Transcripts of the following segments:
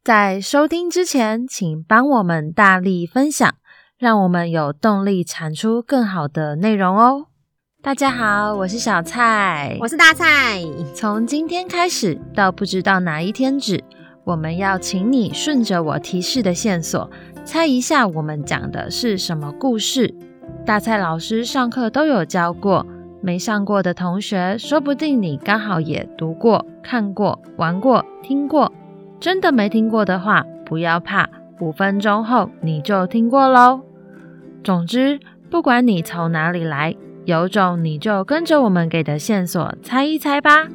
在收听之前，请帮我们大力分享，让我们有动力产出更好的内容哦。大家好，我是小蔡， 我是大蔡。 从今天开始到不知道哪一天止，我们要请你顺着我提示的线索，猜一下我们讲的是什么故事。大蔡老师上课都有教过，没上过的同学，说不定你刚好也读过、看过、玩过、听过。真的没听过的话，不要怕，5分钟后你就听过咯。总之，不管你从哪里来，有种你就跟着我们给的线索猜一猜吧。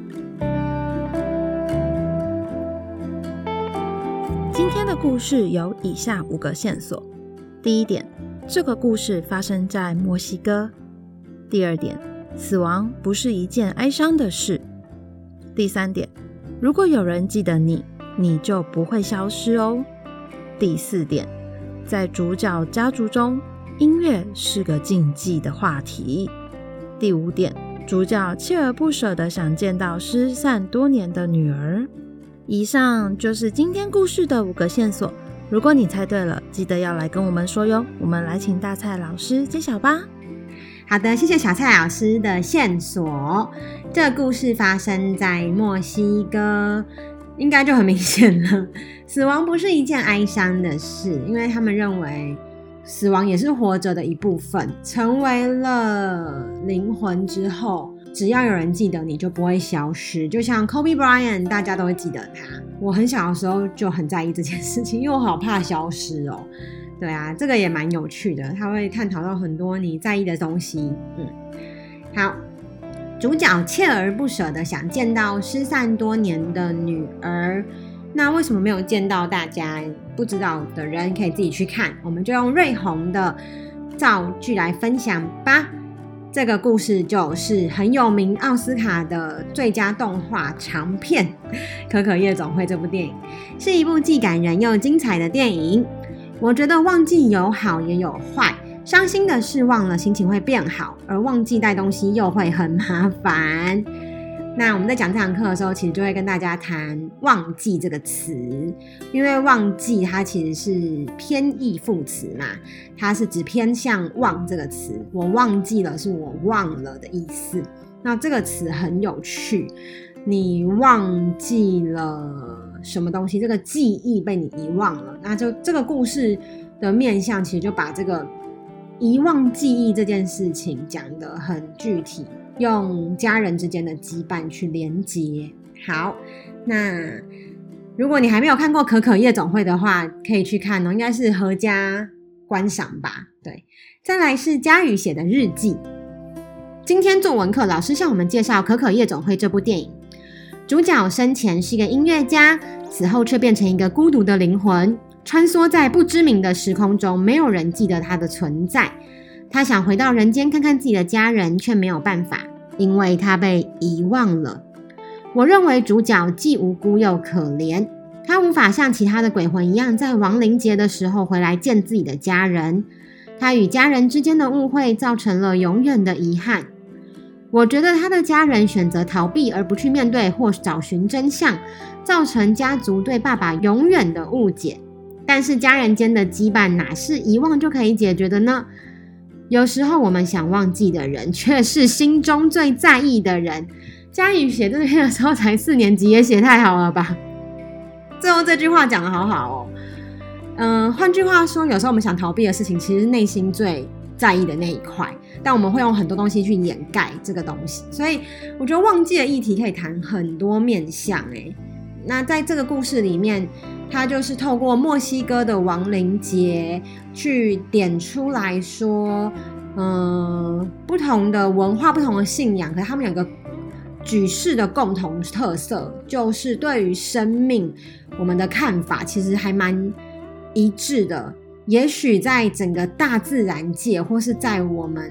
今天的故事有以下5个线索。第一点，这个故事发生在墨西哥。第二点，死亡不是一件哀伤的事。第三点，如果有人记得你，你就不会消失哦。第4点，在主角家族中，音乐是个禁忌的话题。第5点，主角锲而不舍地想见到失散多年的女儿。以上就是今天故事的5个线索。如果你猜对了，记得要来跟我们说哟。我们来请大蔡老师揭晓吧。 好的，谢谢小蔡老师的线索。这个故事发生在墨西哥，应该就很明显了。死亡不是一件哀伤的事，因为他们认为死亡也是活着的一部分。成为了灵魂之后，只要有人记得你，就不会消失。就像 Kobe Bryant， 大家都会记得他。我很小的时候就很在意这件事情，因为我好怕消失哦。对啊，这个也蛮有趣的，他会探讨到很多你在意的东西。好，主角锲而不舍的想见到失散多年的女儿。那为什么没有见到？大家不知道的人可以自己去看，我们就用瑞红的造句来分享吧。这个故事就是很有名奥斯卡的最佳动画长片《可可夜总会》。这部电影是一部既感人又精彩的电影。我觉得忘记有好也有坏，伤心的事忘了心情会变好，而忘记带东西又会很麻烦。那我们在讲这堂课的时候，其实就会跟大家谈忘记这个词，因为忘记它其实是偏义副词嘛，它是指偏向忘这个词，我忘记了是我忘了的意思。那这个词很有趣，你忘记了什么东西，这个记忆被你遗忘了，那就这个故事的面向其实就把这个遗忘记忆这件事情讲得很具体，用家人之间的羁绊去连接。好，那如果你还没有看过可可夜总会的话，可以去看哦，应该是合家观赏吧。对，再来是佳宇写的日记。今天作文课老师向我们介绍可可夜总会这部电影，主角生前是一个音乐家，死后却变成一个孤独的灵魂，穿梭在不知名的时空中，没有人记得他的存在。他想回到人间看看自己的家人，却没有办法，因为他被遗忘了。我认为主角既无辜又可怜，他无法像其他的鬼魂一样在亡灵节的时候回来见自己的家人，他与家人之间的误会造成了永远的遗憾。我觉得他的家人选择逃避而不去面对或找寻真相，造成家族对爸爸永远的误解。但是家人间的羁绊哪是遗忘就可以解决的呢？有时候我们想忘记的人，却是心中最在意的人。佳宇写这篇的时候才4年级，也写太好了吧？最后这句话讲得好好哦。换句话说，有时候我们想逃避的事情，其实是内心最在意的那一块，但我们会用很多东西去掩盖这个东西。所以我觉得忘记的议题可以谈很多面向。那在这个故事里面，他就是透过墨西哥的亡灵节去点出来说，不同的文化、不同的信仰，可是他们有个举世的共同特色，就是对于生命我们的看法其实还蛮一致的。也许在整个大自然界，或是在我们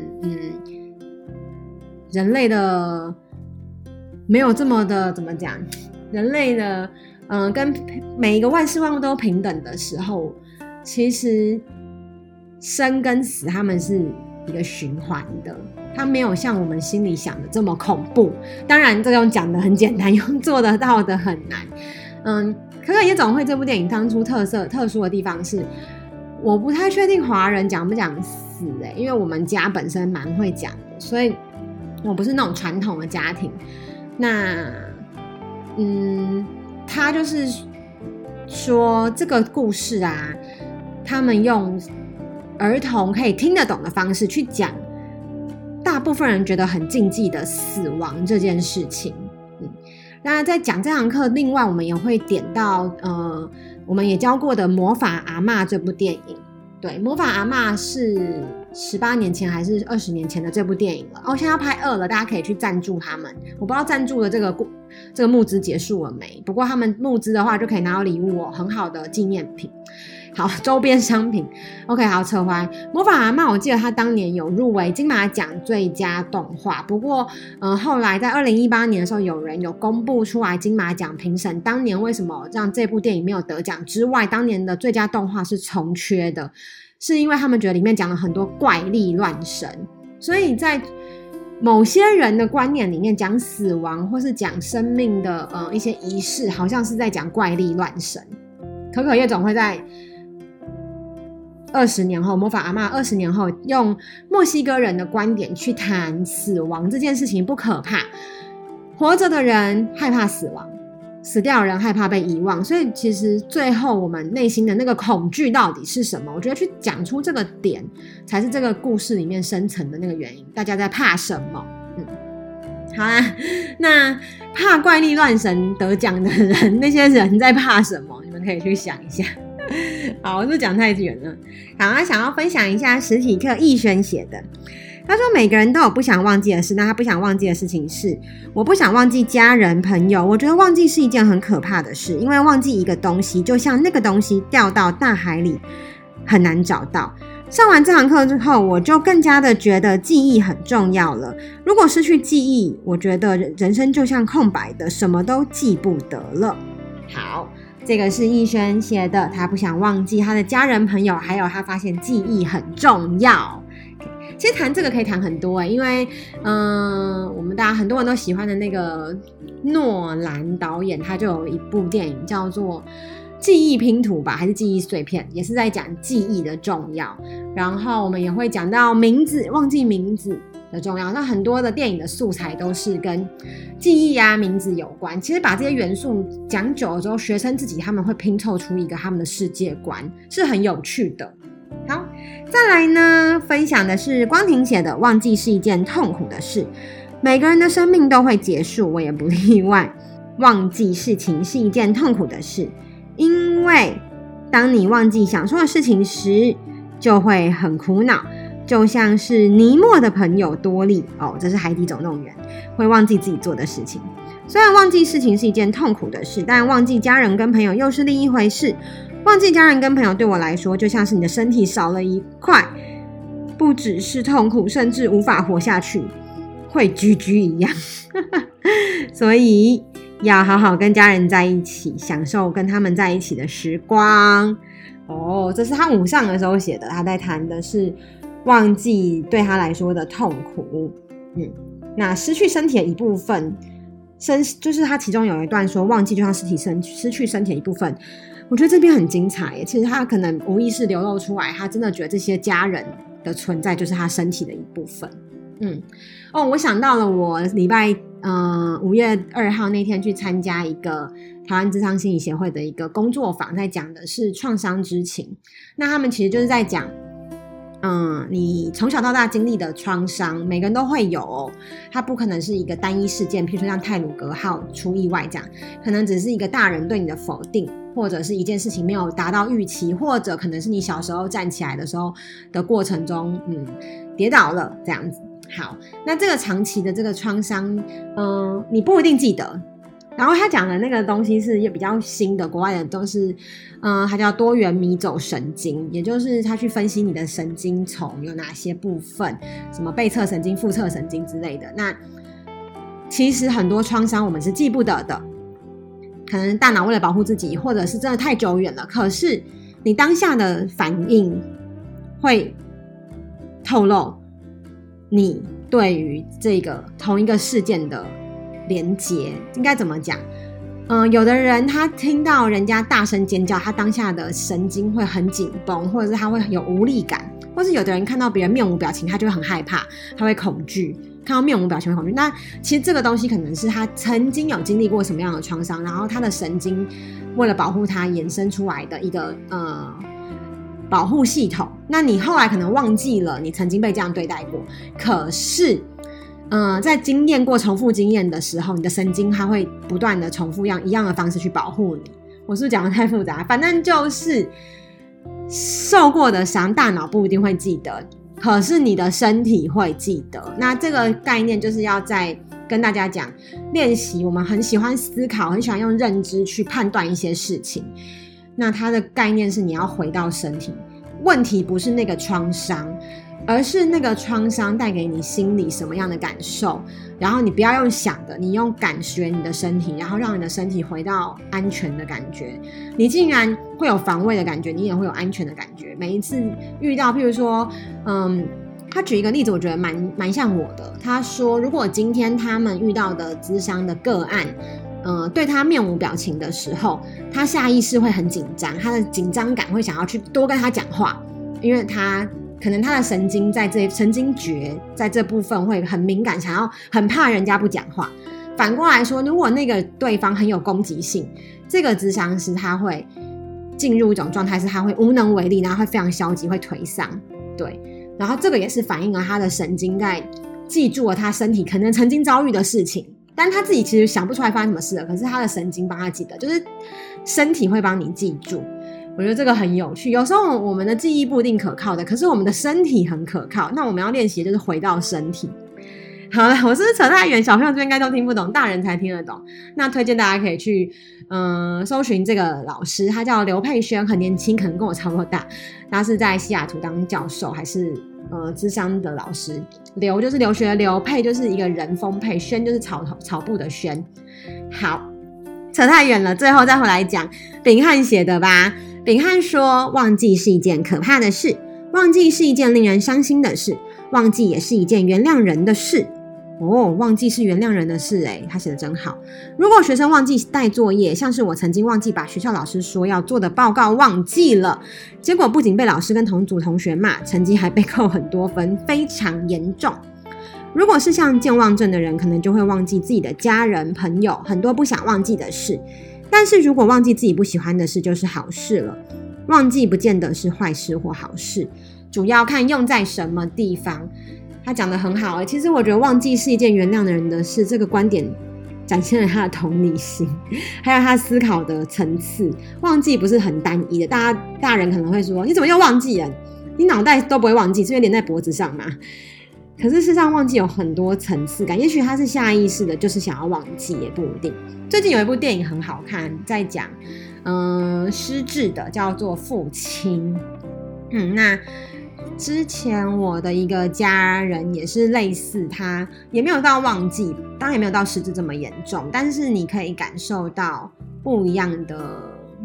人类的没有这么的怎么讲，人类的跟每一个万事万物都平等的时候，其实生跟死他们是一个循环的，它没有像我们心里想的这么恐怖。当然这种讲的很简单，用做得到的很难。 可可夜总会这部电影当初特殊的地方是，我不太确定华人讲不讲死因为我们家本身蛮会讲的，所以我不是那种传统的家庭。那他就是说这个故事啊，他们用儿童可以听得懂的方式去讲大部分人觉得很禁忌的死亡这件事情。那在讲这堂课，另外我们也会点到我们也教过的《魔法阿嬷》这部电影。对，《魔法阿嬷》是18年前还是20年前的这部电影了。现在要拍2了，大家可以去赞助他们。我不知道赞助的这个募资结束了没，不过他们募资的话就可以拿到礼物很好的纪念品。好，周边商品。OK， 好，扯回来。魔法阿嬷，我记得他当年有入围金马奖最佳动画，不过后来在2018年的时候，有人有公布出来金马奖评审当年为什么让这部电影没有得奖之外，当年的最佳动画是重缺的，是因为他们觉得里面讲了很多怪力乱神，所以在某些人的观念里面，讲死亡或是讲生命的一些仪式，好像是在讲怪力乱神。可可夜总会在20年后，魔法阿嬷20年后，用墨西哥人的观点去谈死亡这件事情不可怕，活着的人害怕死亡，死掉的人害怕被遗忘，所以其实最后我们内心的那个恐惧到底是什么？我觉得去讲出这个点，才是这个故事里面深层的那个原因。大家在怕什么？好啦，那怕怪力乱神得奖的人，那些人在怕什么？你们可以去想一下。好，我是讲太远了。好，那想要分享一下实体课逸轩写的。他说每个人都有不想忘记的事，那他不想忘记的事情是，我不想忘记家人朋友。我觉得忘记是一件很可怕的事，因为忘记一个东西，就像那个东西掉到大海里，很难找到。上完这堂课之后，我就更加的觉得记忆很重要了。如果失去记忆，我觉得人生就像空白的，什么都记不得了。好，这个是逸轩写的，他不想忘记他的家人朋友，还有他发现记忆很重要。其实谈这个可以谈很多因为我们大家很多人都喜欢的那个诺兰导演，他就有一部电影叫做记忆拼图吧，还是记忆碎片，也是在讲记忆的重要。然后我们也会讲到名字，忘记名字的重要。那很多的电影的素材都是跟记忆啊、名字有关。其实把这些元素讲久了之后，学生自己他们会拼凑出一个他们的世界观，是很有趣的。好，再来呢，分享的是光庭写的《忘记是一件痛苦的事》。每个人的生命都会结束，我也不例外。忘记事情是一件痛苦的事，因为当你忘记想说的事情时，就会很苦恼。就像是尼莫的朋友多利这是海底总动员，会忘记自己做的事情。虽然忘记事情是一件痛苦的事，但忘记家人跟朋友又是另一回事。忘记家人跟朋友对我来说，就像是你的身体少了一块，不只是痛苦，甚至无法活下去，会GG一样。所以要好好跟家人在一起，享受跟他们在一起的时光。这是他午上的时候写的，他在谈的是忘记对他来说的痛苦。那失去身体的一部分，就是他其中有一段说，忘记就像失去身体的一部分。我觉得这边很精彩耶，其实他可能无意识流露出来，他真的觉得这些家人的存在就是他身体的一部分。我想到了我礼拜5月2号那天去参加一个台湾諮商心理协会的一个工作坊，在讲的是创伤知情。那他们其实就是在讲你从小到大经历的创伤，每个人都会有它不可能是一个单一事件，譬如说像太鲁阁号出意外这样，可能只是一个大人对你的否定，或者是一件事情没有达到预期，或者可能是你小时候站起来的时候的过程中跌倒了这样子。好，那这个长期的这个创伤你不一定记得。然后他讲的那个东西是也比较新的，国外的都是它叫多元迷走神经，也就是他去分析你的神经丛有哪些部分，什么背侧神经、腹侧神经之类的。那其实很多创伤我们是记不得的，可能大脑为了保护自己，或者是真的太久远了，可是你当下的反应会透露你对于这个同一个事件的连结。应该怎么讲？ 有的人他听到人家大声尖叫，他当下的神经会很紧绷，或者是他会有无力感，或是有的人看到别人面无表情，他就会很害怕，他会恐惧，看到面无表情会恐惧。那其实这个东西可能是他曾经有经历过什么样的创伤，然后他的神经为了保护他衍生出来的一个保护系统。那你后来可能忘记了你曾经被这样对待过，可是在经验过重复经验的时候，你的神经它会不断的重复一样的方式去保护你。我是不是讲的太复杂？反正就是受过的伤，大脑不一定会记得，可是你的身体会记得。那这个概念就是要再跟大家讲，练习我们很喜欢思考，很喜欢用认知去判断一些事情。那它的概念是你要回到身体，问题不是那个创伤，而是那个创伤带给你心里什么样的感受，然后你不要用想的，你用感觉你的身体，然后让你的身体回到安全的感觉。你竟然会有防卫的感觉，你也会有安全的感觉。每一次遇到譬如说他举一个例子我觉得蛮像我的，他说如果今天他们遇到的諮商的个案对他面无表情的时候，他下意识会很紧张，他的紧张感会想要去多跟他讲话，因为他可能他的神经觉在这部分会很敏感，很怕人家不讲话。反过来说，如果那个对方很有攻击性，这个諮商师他会进入一种状态，是他会无能为力，然后会非常消极，会颓丧。对，然后这个也是反映了他的神经在记住了他身体可能曾经遭遇的事情，但他自己其实想不出来发生什么事了，可是他的神经帮他记得，就是身体会帮你记住。我觉得这个很有趣，有时候我们的记忆不一定可靠的，可是我们的身体很可靠。那我们要练习的就是回到身体。好了，我是不是扯太远？小朋友这边应该都听不懂，大人才听得懂。那推荐大家可以去搜寻这个老师，他叫刘佩轩，很年轻，可能跟我差不多大。他是在西雅图当教授，还是諮商的老师。刘就是留学的刘，佩就是一个人丰沛，轩就是草部的轩。好，扯太远了，最后再回来讲秉翰写的吧。秉翰说，忘记是一件可怕的事，忘记是一件令人伤心的事，忘记也是一件原谅人的事。忘记是原谅人的事他写得真好。如果学生忘记带作业，像是我曾经忘记把学校老师说要做的报告忘记了，结果不仅被老师跟同组同学骂，成绩还被扣很多分，非常严重。如果是像健忘症的人，可能就会忘记自己的家人朋友，很多不想忘记的事。但是如果忘记自己不喜欢的事，就是好事了。忘记不见得是坏事或好事，主要看用在什么地方。他讲得很好其实我觉得忘记是一件原谅的人的事，这个观点展现了他的同理心，还有他思考的层次。忘记不是很单一的，大人可能会说，你怎么又忘记了？你脑袋都不会忘记，是因为连在脖子上嘛？可是事实上忘记有很多层次感，也许他是下意识的，就是想要忘记，也不一定。最近有一部电影很好看，在讲失智的，叫做父亲。那之前我的一个家人也是类似，他也没有到忘记，当然也没有到失智这么严重，但是你可以感受到不一样的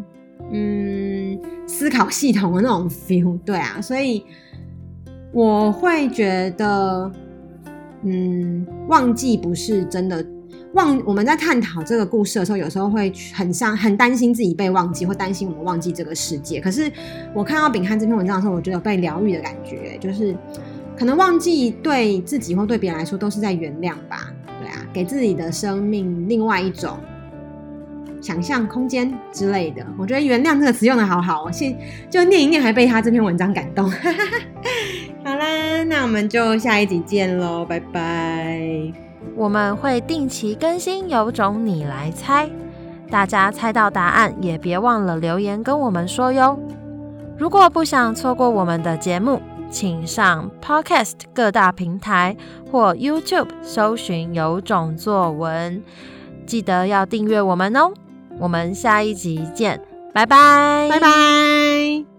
思考系统的那种 feel。 对啊，所以我会觉得忘记不是真的我们在探讨这个故事的时候，有时候会很担心自己被忘记，或担心我们忘记这个世界。可是我看到秉翰这篇文章的时候，我觉得有被疗愈的感觉，就是可能忘记对自己或对别人来说都是在原谅吧。对啊，给自己的生命另外一种想象空间之类的。我觉得原谅这个词用得好好，就念一念还被他这篇文章感动。好啦，那我们就下一集见咯，拜拜。 我们会定期更新有种你来猜，大家猜到答案也别忘了留言跟我们说哟。如果不想错过我们的节目，请上 Podcast 各大平台或 YouTube 搜寻有种作文，记得要订阅我们哦。我们下一集见，拜拜， 拜拜。